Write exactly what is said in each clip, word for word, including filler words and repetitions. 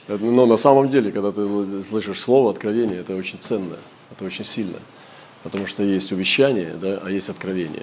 Это, но на самом деле, когда ты слышишь слово, откровение, это очень ценно, это очень сильно. Потому что есть увещание, да, а есть откровение.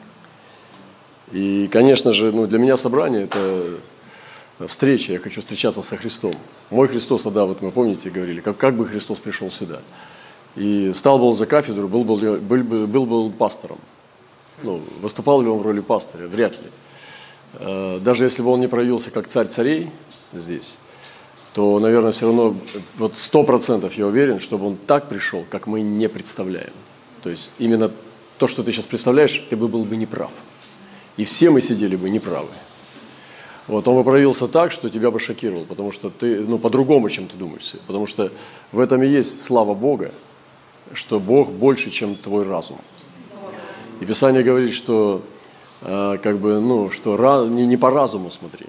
И, конечно же, ну, для меня собрание – это встреча, я хочу встречаться со Христом. Мой Христос, да, вот мы, помните, говорили, как, как бы Христос пришел сюда. И встал был за кафедру, был был, был, был, был, был пастором. Ну, выступал ли он в роли пастыря? Вряд ли. Даже если бы он не проявился как царь царей здесь, то, наверное, все равно вот сто процентов я уверен, чтобы он так пришел, как мы не представляем. То есть именно то, что ты сейчас представляешь, ты бы был бы неправ. И все мы сидели бы неправы. Вот он бы проявился так, что тебя бы шокировал, потому что ты, ну, по-другому, чем ты думаешь. Потому что в этом и есть слава Бога, что Бог больше, чем твой разум. И Писание говорит, что, э, как бы, ну, что ра, не, не по разуму смотри.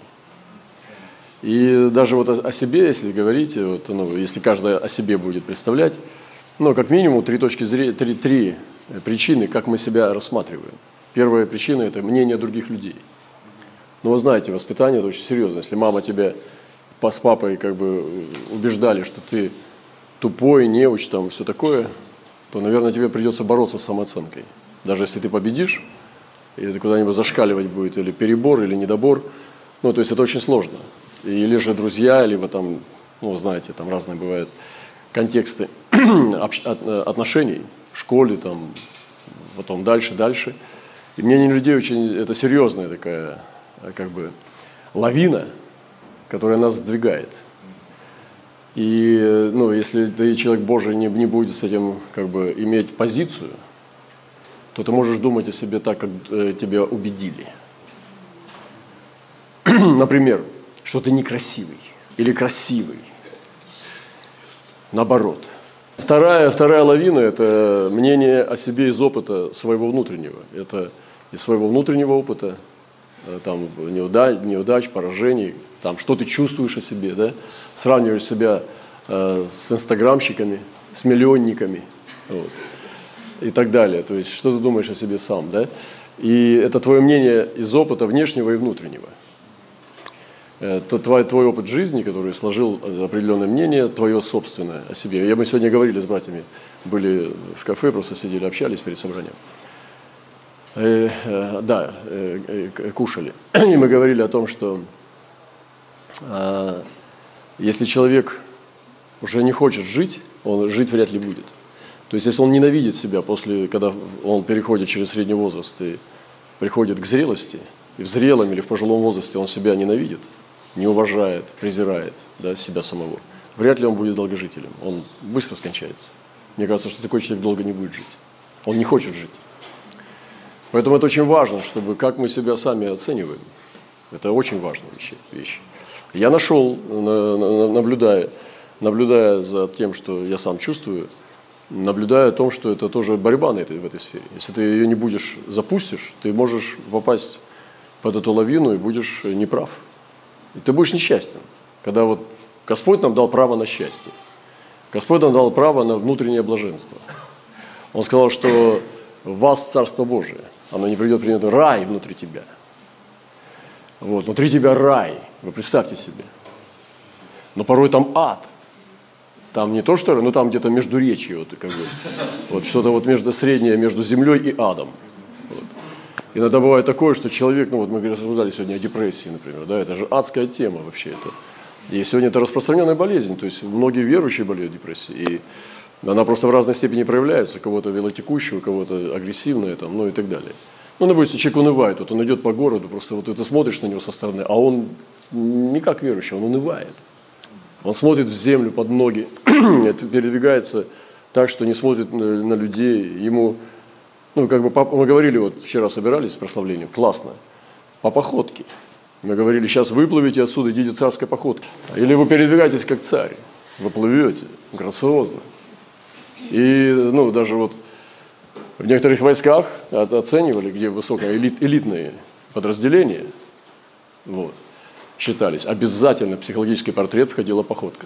И даже вот о, о себе, если говорить, вот, ну, если каждый о себе будет представлять, ну, как минимум три точки зрения, три, три причины, как мы себя рассматриваем. Первая причина – это мнение других людей. Ну, вы знаете, воспитание – это очень серьезно. Если мама тебя с папой как бы убеждали, что ты тупой, неуч, там, все такое, то, наверное, тебе придется бороться с самооценкой. Даже если ты победишь, или ты куда-нибудь зашкаливать будет, или перебор, или недобор, ну, то есть это очень сложно. Или же друзья, либо там, ну, знаете, там разные бывают контексты отношений в школе, там, потом дальше, дальше. И мнение людей очень, это серьезная такая, как бы, лавина, которая нас сдвигает. И, ну, если ты, человек Божий, не, не будет с этим, как бы, иметь позицию, то ты можешь думать о себе так, как э, тебя убедили. Например, что ты некрасивый или красивый. Наоборот. Вторая, вторая лавина – это мнение о себе из опыта своего внутреннего. Это из своего внутреннего опыта, там, неудач, неудач, поражений, там, что ты чувствуешь о себе, да? Сравниваешь себя э, с инстаграмщиками, с миллионниками, вот, и так далее. То есть, что ты думаешь о себе сам, да? И это твое мнение из опыта внешнего и внутреннего. Это твой, твой опыт жизни, который сложил определенное мнение, твое собственное о себе. Я, мы сегодня говорили с братьями, были в кафе, просто сидели, общались перед собранием. Э, э, да, э, э, кушали. И мы говорили о том, что э, если человек уже не хочет жить, он жить вряд ли будет. То есть, если он ненавидит себя после, когда он переходит через средний возраст и приходит к зрелости, и в зрелом или в пожилом возрасте он себя ненавидит, не уважает, презирает, да, себя самого, вряд ли он будет долгожителем. Он быстро скончается. Мне кажется, что такой человек долго не будет жить. Он не хочет жить. Поэтому это очень важно, чтобы как мы себя сами оцениваем. Это очень важная вещь. Я нашел, наблюдая, наблюдая за тем, что я сам чувствую, наблюдая о том, что это тоже борьба на этой, в этой сфере. Если ты ее не будешь, запустишь, ты можешь попасть под эту лавину и будешь неправ. И ты будешь несчастен. Когда вот Господь нам дал право на счастье. Господь нам дал право на внутреннее блаженство. Он сказал, что в вас Царство Божие. Оно не придет, придет рай внутри тебя. Вот, внутри тебя рай. Вы представьте себе. Но порой там ад. Там не то, что, но там где-то междуречье, вот, как бы, вот что-то вот между среднее между землей и адом. Вот. Иногда бывает такое, что человек, ну вот мы рассуждали сегодня о депрессии, например, да, это же адская тема вообще. Это. И сегодня это распространенная болезнь, то есть многие верующие болеют депрессией, и она просто в разной степени проявляется, у кого-то велотекущая, у кого-то агрессивная, там, ну и так далее. Ну, допустим, человек унывает, вот он идет по городу, просто вот ты смотришь на него со стороны, а он не как верующий, он унывает. Он смотрит в землю под ноги, передвигается так, что не смотрит на людей, ему... Ну, как бы мы говорили, вот вчера собирались с прославлением, классно, по походке. Мы говорили, сейчас выплывете отсюда, идите царской походкой. Или вы передвигаетесь как царь, вы плывете грациозно. И, ну, даже вот в некоторых войсках оценивали, где высокое элит, элитные подразделения, вот, считались, обязательно в психологический портрет входила походка.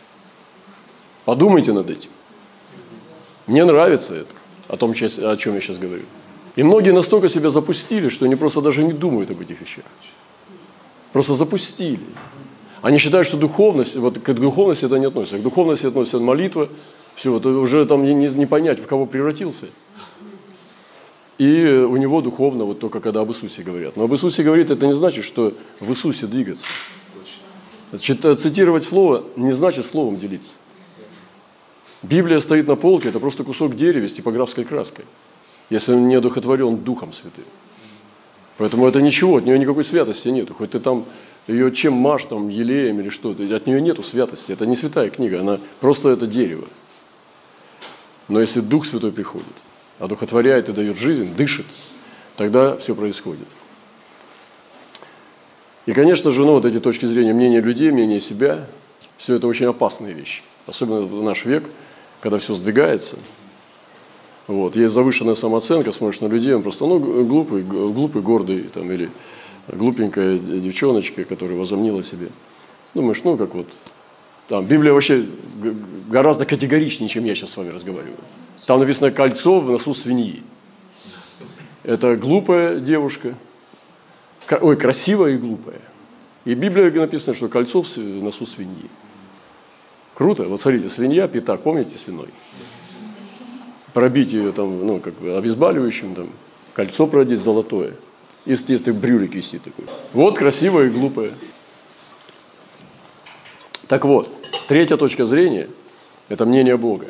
Подумайте над этим. Мне нравится это. О том, о чем я сейчас говорю. И многие настолько себя запустили, что они просто даже не думают об этих вещах. Просто запустили. Они считают, что духовность, вот к духовности это не относится. К духовности относится молитва, все, это уже там не, не, не понять, в кого превратился. И у него духовно, вот только когда об Иисусе говорят. Но об Иисусе говорит, это не значит, что в Иисусе двигаться. Значит, цитировать слово не значит словом делиться. Библия стоит на полке, это просто кусок дерева с типографской краской, если он не одухотворен Духом Святым. Поэтому это ничего, от нее никакой святости нету. Хоть ты там ее чем маш, там, елеем или что-то, от нее нету святости. Это не святая книга, она просто это дерево. Но если Дух Святой приходит, одухотворяет и дает жизнь, дышит, тогда все происходит. И, конечно же, ну, вот эти точки зрения, мнения людей, мнения себя, все это очень опасные вещи. Особенно в наш век, когда все сдвигается. Вот. Есть завышенная самооценка, смотришь на людей, он просто ну, глупый, глупый, гордый, там, или глупенькая девчоночка, которая возомнила себе. Думаешь, ну, как вот, там, Библия вообще гораздо категоричнее, чем я сейчас с вами разговариваю. Там написано «кольцо в носу свиньи». Это глупая девушка, ой, красивая и глупая. И в Библии написано, что кольцо в носу свиньи. Круто. Вот смотрите, свинья, пятак, помните свиной? Пробить ее там, ну, как бы обезболивающим, там, кольцо продеть золотое. И, естественно, брюлик висит такой. Вот красивая и глупая. Так вот, третья точка зрения – это мнение Бога.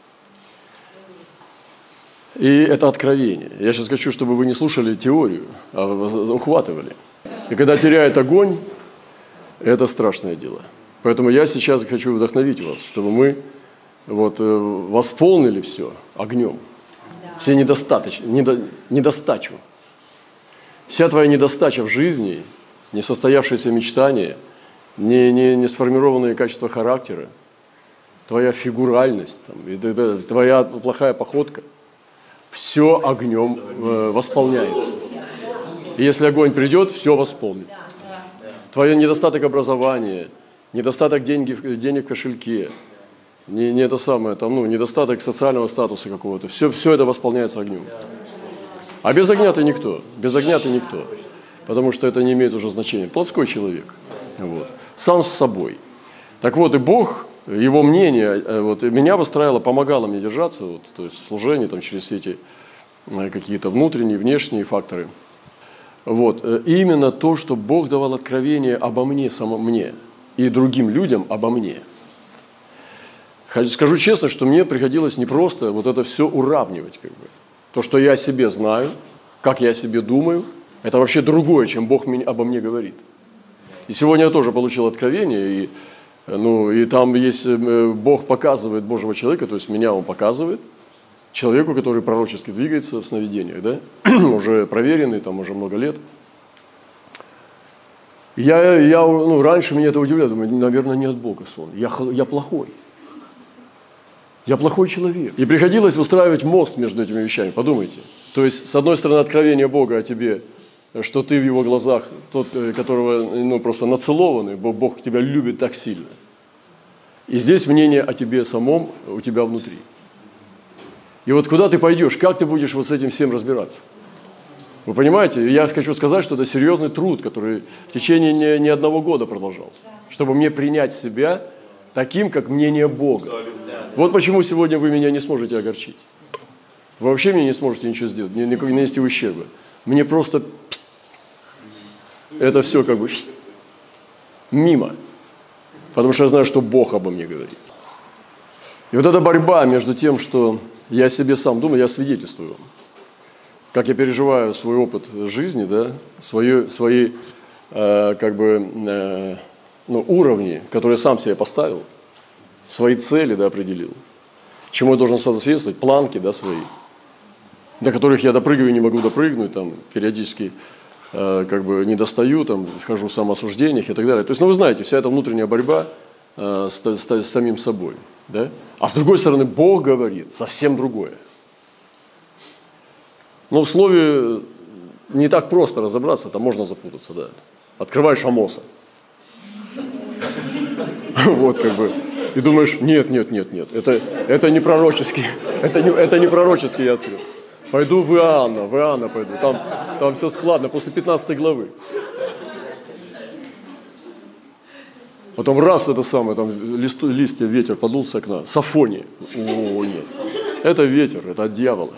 И это откровение. Я сейчас хочу, чтобы вы не слушали теорию, а ухватывали. И когда теряет огонь, это страшное дело. Поэтому я сейчас хочу вдохновить вас, чтобы мы вот, восполнили все огнем. Все недостаточно, недо, недостачу. Вся твоя недостача в жизни, несостоявшиеся мечтания, не, не, не сформированные качества характера, твоя фигуральность, там, и, твоя плохая походка, все огнем э, восполняется. И если огонь придет, все восполнит. Твой недостаток образования, недостаток денег, денег в кошельке, не, не это самое, там, ну, недостаток социального статуса какого-то, все, все это восполняется огнем. А без огня ты никто, без огня ты никто, потому что это не имеет уже значения. Плотской человек, вот, сам с собой. Так вот, и Бог, его мнение, вот, меня выстраивало, помогало мне держаться, вот, то есть служение там, через эти какие-то внутренние, внешние факторы. Вот, и именно то, что Бог давал откровение обо мне, самом мне, и другим людям обо мне. Скажу честно, что мне приходилось не просто вот это все уравнивать, как бы. То, что я о себе знаю, как я о себе думаю, это вообще другое, чем Бог обо мне говорит. И сегодня я тоже получил откровение, и, ну, и там есть, Бог показывает Божьего человека, то есть меня Он показывает, человеку, который пророчески двигается в сновидениях, да? Уже проверенный, там уже много лет. Я, я, ну, раньше меня это удивляло, думаю, наверное, не от Бога сон, я, я плохой. Я плохой человек. И приходилось выстраивать мост между этими вещами, подумайте. То есть, с одной стороны, откровение Бога о тебе, что ты в Его глазах, тот, которого ну, просто нацелованный, Бог тебя любит так сильно. И здесь мнение о тебе самом у тебя внутри. И вот куда ты пойдешь, как ты будешь вот с этим всем разбираться? Вы понимаете, я хочу сказать, что это серьезный труд, который в течение не, не одного года продолжался, чтобы мне принять себя таким, как мнение Бога. Вот почему сегодня вы меня не сможете огорчить. Вы вообще мне не сможете ничего сделать, не, не нанести ущерба. Мне просто это все как бы мимо, потому что я знаю, что Бог обо мне говорит. И вот эта борьба между тем, что я себе сам думаю, я свидетельствую вам, как я переживаю свой опыт жизни, да, свои, свои э, как бы, э, ну, уровни, которые сам себе поставил, свои цели, да, определил, чему я должен соответствовать, планки, да, свои, до которых я допрыгиваю, не могу допрыгнуть, там, периодически э, как бы не достаю, там, хожу в самоосуждениях и так далее. То есть, ну, вы знаете, вся эта внутренняя борьба э, с, с, с самим собой, да? А с другой стороны, Бог говорит совсем другое. Но в слове не так просто разобраться, там можно запутаться, да. Открываешь Амоса. Вот как бы. И думаешь, нет, нет, нет, нет, это, это не пророческий, это не, это не пророческий я открыл. Пойду в Иоанна, в Иоанна пойду, там, там все складно, после пятнадцатой главы. Потом раз это самое, там лист, листья, ветер подул с окна. Сафония. О, нет. Это ветер, это от дьявола.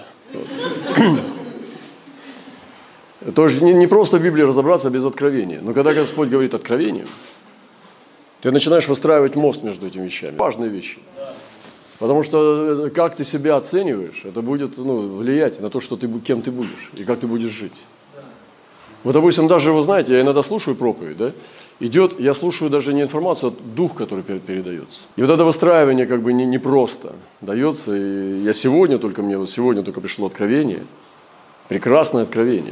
Тоже не, не просто в Библии разобраться без откровения. Но когда Господь говорит откровением, ты начинаешь выстраивать мост между этими вещами. Важные вещи. Потому что как ты себя оцениваешь, это будет ну, влиять на то, что ты, кем ты будешь и как ты будешь жить. Вот, допустим, даже, вы знаете, я иногда слушаю проповедь, да, идет, я слушаю даже не информацию, а дух, который передается. И вот это выстраивание как бы не, не просто дается. И я сегодня только, мне вот сегодня только пришло откровение, прекрасное откровение.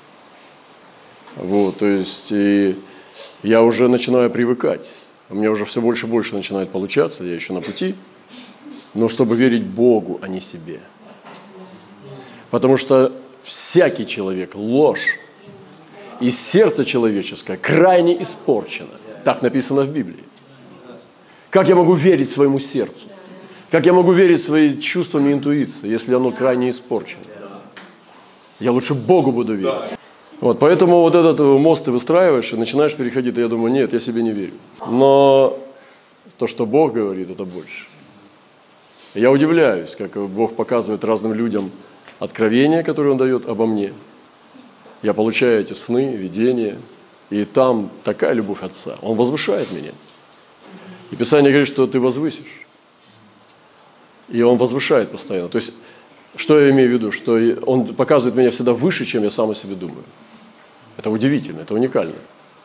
Вот, то есть, и я уже начинаю привыкать. У меня уже все больше и больше начинает получаться, я еще на пути. Но чтобы верить Богу, а не себе. Потому что всякий человек – ложь. И сердце человеческое крайне испорчено. Так написано в Библии. Как я могу верить своему сердцу? Как я могу верить своим чувствам и интуиции, если оно крайне испорчено? Я лучше Богу буду верить. Вот, поэтому вот этот мост ты выстраиваешь и начинаешь переходить. И я думаю, нет, я себе не верю. Но то, что Бог говорит, это больше. Я удивляюсь, как Бог показывает разным людям откровения, которые Он дает обо мне. Я получаю эти сны, видения, и там такая любовь Отца. Он возвышает меня. И Писание говорит, что ты возвысишь. И Он возвышает постоянно. То есть, что я имею в виду? Что Он показывает меня всегда выше, чем я сам о себе думаю. Это удивительно, это уникально.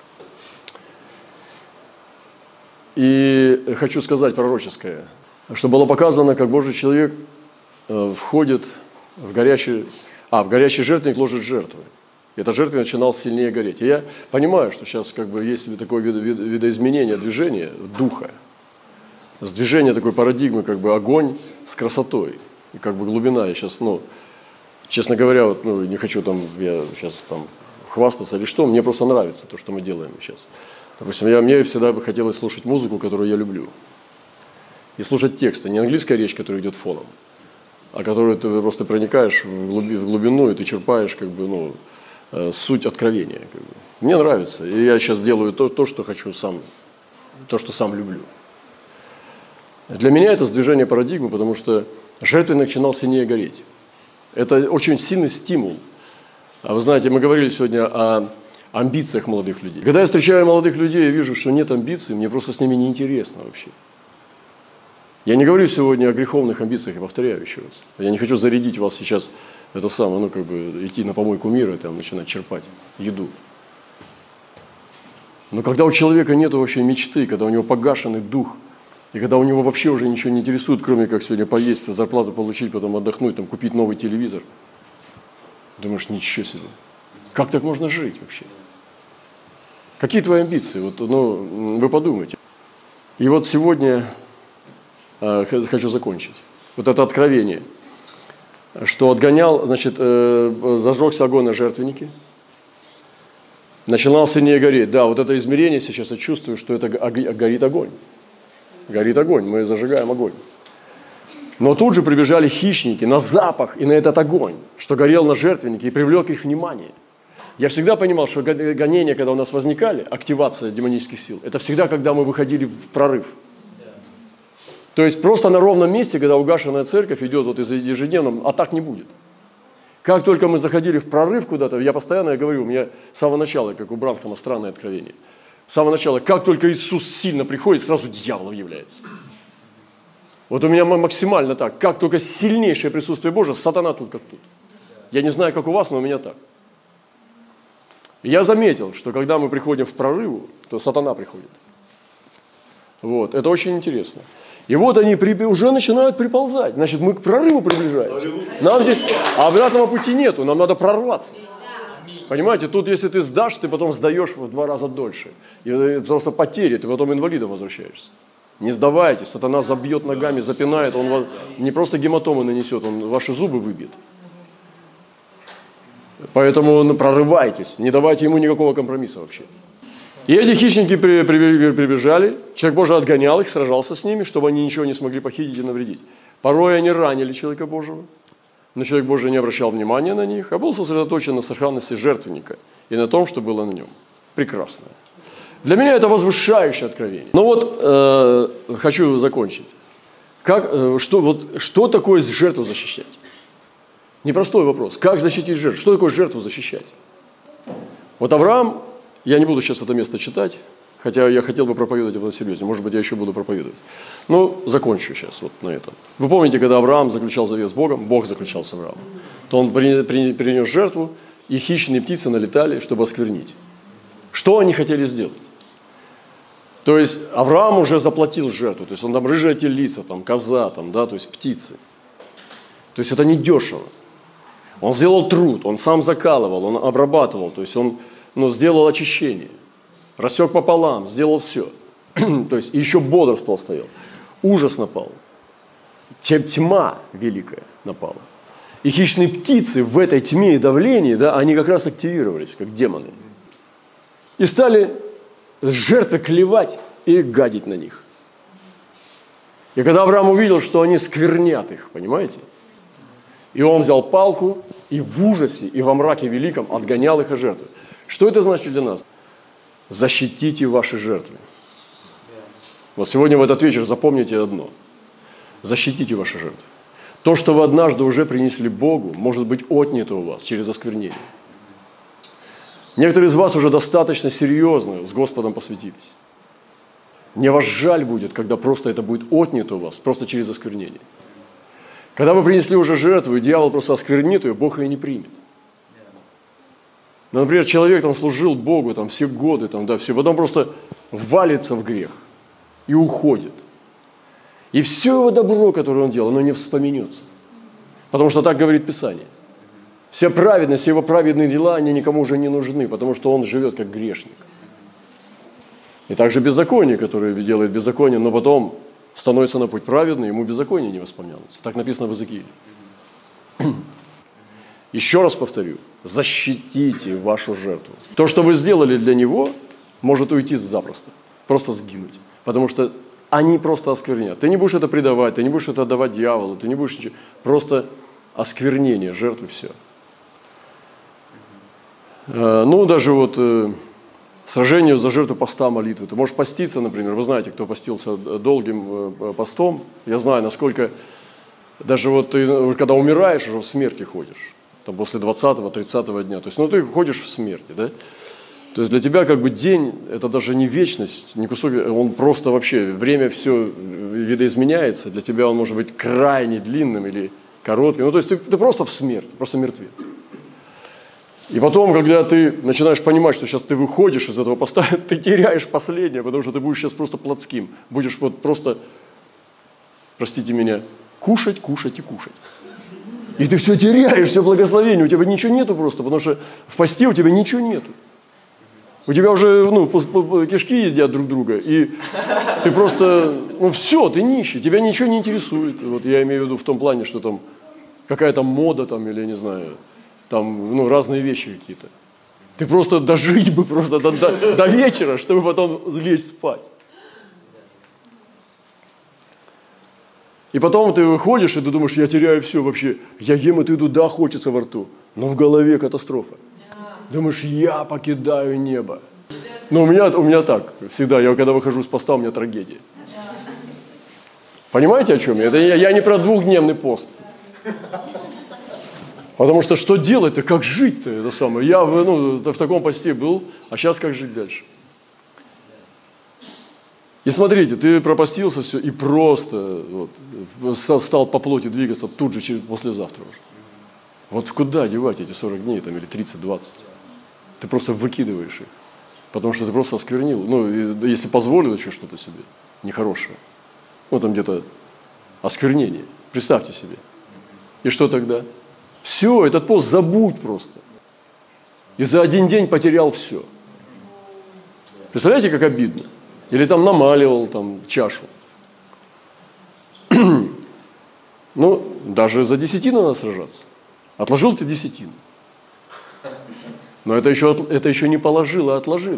И хочу сказать пророческое, что было показано, как Божий человек входит в горящий, а, в горящий жертвенник ложит жертвы. И эта жертва начинала сильнее гореть. И я понимаю, что сейчас как бы есть такое видо, видо, видоизменение движения духа, с движения такой парадигмы, как бы огонь с красотой. И как бы глубина. Я сейчас, ну, честно говоря, вот, ну, не хочу там, я сейчас там хвастаться или что, мне просто нравится то, что мы делаем сейчас. Допустим, я, мне всегда бы хотелось слушать музыку, которую я люблю. И слушать тексты, не английская речь, которая идет фоном, а которую ты просто проникаешь в, глуби, в глубину, и ты черпаешь как бы, ну, э, суть откровения. Как бы. Мне нравится, и я сейчас делаю то, то, что хочу сам, то, что сам люблю. Для меня это сдвижение парадигмы, потому что жертвенник начинал сильнее гореть. Это очень сильный стимул. А вы знаете, мы говорили сегодня о амбициях молодых людей. Когда я встречаю молодых людей, я вижу, что нет амбиций, мне просто с ними неинтересно вообще. Я не говорю сегодня о греховных амбициях, я повторяю еще раз. Я не хочу зарядить вас сейчас, это самое, ну, как бы, идти на помойку мира и там начинать черпать еду. Но когда у человека нет вообще мечты, когда у него погашенный дух, и когда у него вообще уже ничего не интересует, кроме как сегодня поесть, зарплату получить, потом отдохнуть, там, купить новый телевизор, думаешь, ничего себе. Как так можно жить вообще? Какие твои амбиции? Вот, ну, вы подумайте. И вот сегодня... Хочу закончить. Вот это откровение, что отгонял, значит, э, зажегся огонь на жертвеннике, начинал сильнее гореть. Да, вот это измерение сейчас я чувствую, что это горит огонь. Горит огонь, мы зажигаем огонь. Но тут же прибежали хищники на запах и на этот огонь, что горел на жертвеннике, и привлек их внимание. Я всегда понимал, что гонения, когда у нас возникали, активация демонических сил, это всегда, когда мы выходили в прорыв. То есть просто на ровном месте, когда угашенная церковь идет вот из ежедневном, а так не будет. Как только мы заходили в прорыв куда-то, я постоянно я говорю, у меня с самого начала, как у Бранхама, странное откровение. С самого начала, как только Иисус сильно приходит, сразу дьявол является. Вот у меня максимально так. Как только сильнейшее присутствие Божие, сатана тут как тут. Я не знаю, как у вас, но у меня так. И я заметил, что когда мы приходим в прорыву, то сатана приходит. Вот, это очень интересно. И вот они уже начинают приползать. Значит, мы к прорыву приближаемся. Нам здесь обратного пути нету, нам надо прорваться. Понимаете, тут если ты сдашь, ты потом сдаешь в два раза дольше. И просто потери, ты потом инвалидом возвращаешься. Не сдавайтесь, сатана забьет ногами, запинает, он не просто гематомы нанесет, он ваши зубы выбьет. Поэтому прорывайтесь, не давайте ему никакого компромисса вообще. И эти хищники прибежали, человек Божий отгонял их, сражался с ними, чтобы они ничего не смогли похитить и навредить. Порой они ранили человека Божьего, но человек Божий не обращал внимания на них, а был сосредоточен на сохранности жертвенника и на том, что было на нем. Прекрасно. Для меня это возвышающее откровение. Но вот э, хочу закончить. Как, э, что, вот, что такое жертву защищать? Непростой вопрос. Как защитить жертву? Что такое жертву защищать? Вот Авраам, я не буду сейчас это место читать, хотя я хотел бы проповедовать об этом серьезно. Может быть, я еще буду проповедовать. Но закончу сейчас вот на этом. Вы помните, когда Авраам заключал завет с Богом, Бог заключал с Авраамом, то он принес жертву, и хищные птицы налетали, чтобы осквернить. Что они хотели сделать? То есть Авраам уже заплатил жертву, то есть он там рыжая телица, там коза, там, да, то есть птицы. То есть это не дешево. Он сделал труд, он сам закалывал, он обрабатывал, то есть он ну, сделал очищение, рассек пополам, сделал все. То есть еще бодрствовал, стоял. Ужас напал. Тьма великая напала. И хищные птицы в этой тьме и давлении, да, они как раз активировались, как демоны. И стали жертвы клевать и гадить на них. И когда Авраам увидел, что они сквернят их, понимаете? И он взял палку и в ужасе, и во мраке великом отгонял их от жертвы. Что это значит для нас? Защитите ваши жертвы. Вот сегодня в этот вечер запомните одно. Защитите ваши жертвы. То, что вы однажды уже принесли Богу, может быть отнято у вас через осквернение. Некоторые из вас уже достаточно серьезно с Господом посвятились. Мне вас жаль будет, когда просто это будет отнято у вас, просто через осквернение. Когда вы принесли уже жертву, и дьявол просто осквернит ее, Бог ее не примет. Ну, например, человек там служил Богу там, все годы, там, да, все, потом просто валится в грех и уходит. И все его добро, которое он делал, оно не вспоминется. Потому что так говорит Писание. Все праведности, все его праведные дела, они никому уже не нужны, потому что он живет как грешник. И также беззаконие, которое делает беззаконие, но потом становится на путь праведный, ему беззаконие не воспоминается. Так написано в Иезекииле. Еще раз повторю, защитите вашу жертву. То, что вы сделали для него, может уйти запросто, просто сгинуть. Потому что они просто осквернят. Ты не будешь это предавать, ты не будешь это отдавать дьяволу, ты не будешь ничего. Просто осквернение жертвы, все. Ну, даже вот сражению за жертву поста, молитвы. Ты можешь поститься, например. Вы знаете, кто постился долгим постом. Я знаю, насколько даже вот ты, когда умираешь, уже в смерти ходишь. Там после двадцатого-тридцатого дня. То есть, ну, ты ходишь в смерти, да? То есть для тебя как бы день, это даже не вечность, не кусок, он просто вообще, время все видоизменяется. Для тебя он может быть крайне длинным или коротким. Ну, то есть ты, ты просто в смерти, просто мертвец. И потом, когда ты начинаешь понимать, что сейчас ты выходишь из этого поста, ты теряешь последнее, потому что ты будешь сейчас просто плотским. Будешь вот просто, простите меня, кушать, кушать и кушать. И ты все теряешь, все благословение, у тебя ничего нету просто, потому что в посте у тебя ничего нету. У тебя уже ну, кишки едят друг друга, и ты просто, ну все, ты нищий, тебя ничего не интересует. Вот я имею в виду в том плане, что там какая-то мода там, или я не знаю, там ну, разные вещи какие-то. Ты просто дожить бы просто до, до, до вечера, чтобы потом лечь спать. И потом ты выходишь, и ты думаешь, я теряю все вообще. Я ем эту еду, да, хочется во рту, но в голове катастрофа. Думаешь, я покидаю небо. Но у меня, у меня так всегда. Я когда выхожу с поста, у меня трагедия. Понимаете, о чем я? Это я, я не про двухдневный пост. Потому что что делать-то, как жить-то? Это самое. Я ну, в таком посте был, а сейчас как жить дальше? И смотрите, ты пропастился все и просто вот, стал по плоти двигаться тут же, через, послезавтра уже. Вот куда девать эти сорок дней там, или тридцать-двадцать? Ты просто выкидываешь их, потому что ты просто осквернил. Ну, если позволил еще что-то себе нехорошее. Ну, там где-то осквернение. Представьте себе. И что тогда? Все, этот пост забудь просто. И за один день потерял все. Представляете, как обидно? Или там намаливал там, чашу. Ну, даже за десятину надо сражаться. Отложил ты десятину. Но это еще, это еще не положил, а отложил.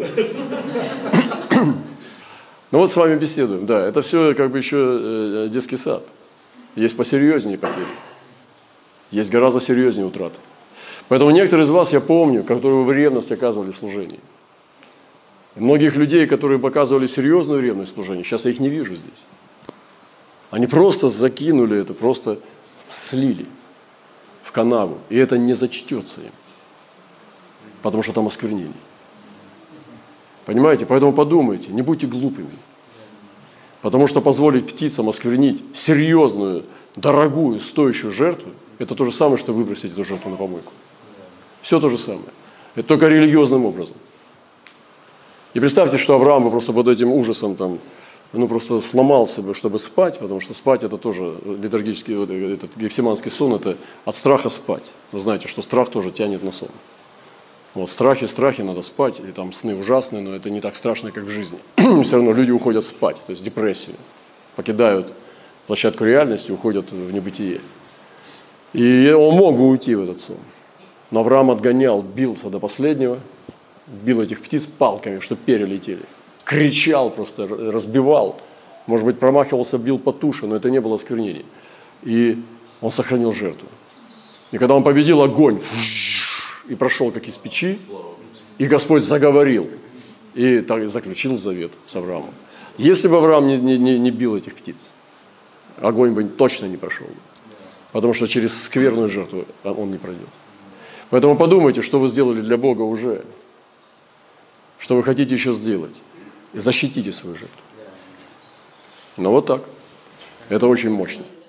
Ну вот с вами беседуем. Да, это все как бы еще детский сад. Есть посерьезнее потери. Есть гораздо серьезнее утраты. Поэтому некоторые из вас, я помню, которые в ревности оказывали служение. И многих людей, которые показывали серьезную ревность в служении, сейчас я их не вижу здесь. Они просто закинули это, просто слили в канаву, и это не зачтется им, потому что там осквернение. Понимаете? Поэтому подумайте, не будьте глупыми. Потому что позволить птицам осквернить серьезную, дорогую, стоящую жертву, это то же самое, что выбросить эту жертву на помойку. Все то же самое. Это только религиозным образом. И представьте, что Авраам бы просто под этим ужасом там, ну, просто сломался бы, чтобы спать, потому что спать это тоже литургический, вот, этот гефсиманский сон, это от страха спать. Вы знаете, что страх тоже тянет на сон. Вот, страхи, страхи, надо спать, и там сны ужасные, но это не так страшно, как в жизни. Все равно люди уходят спать, то есть депрессию, покидают площадку реальности, уходят в небытие. И он мог бы уйти в этот сон. Но Авраам отгонял, бился до последнего, бил этих птиц палками, чтобы перья летели. Кричал просто, разбивал. Может быть, промахивался, бил по туше, но это не было осквернение. И он сохранил жертву. И когда он победил, огонь, и прошел как из печи, и Господь заговорил, и так заключил завет с Авраамом. Если бы Авраам не, не, не бил этих птиц, огонь бы точно не прошел. Потому что через скверную жертву он не пройдет. Поэтому подумайте, что вы сделали для Бога уже, что вы хотите еще сделать, и защитите свою жертву. Ну вот так. Это очень мощно.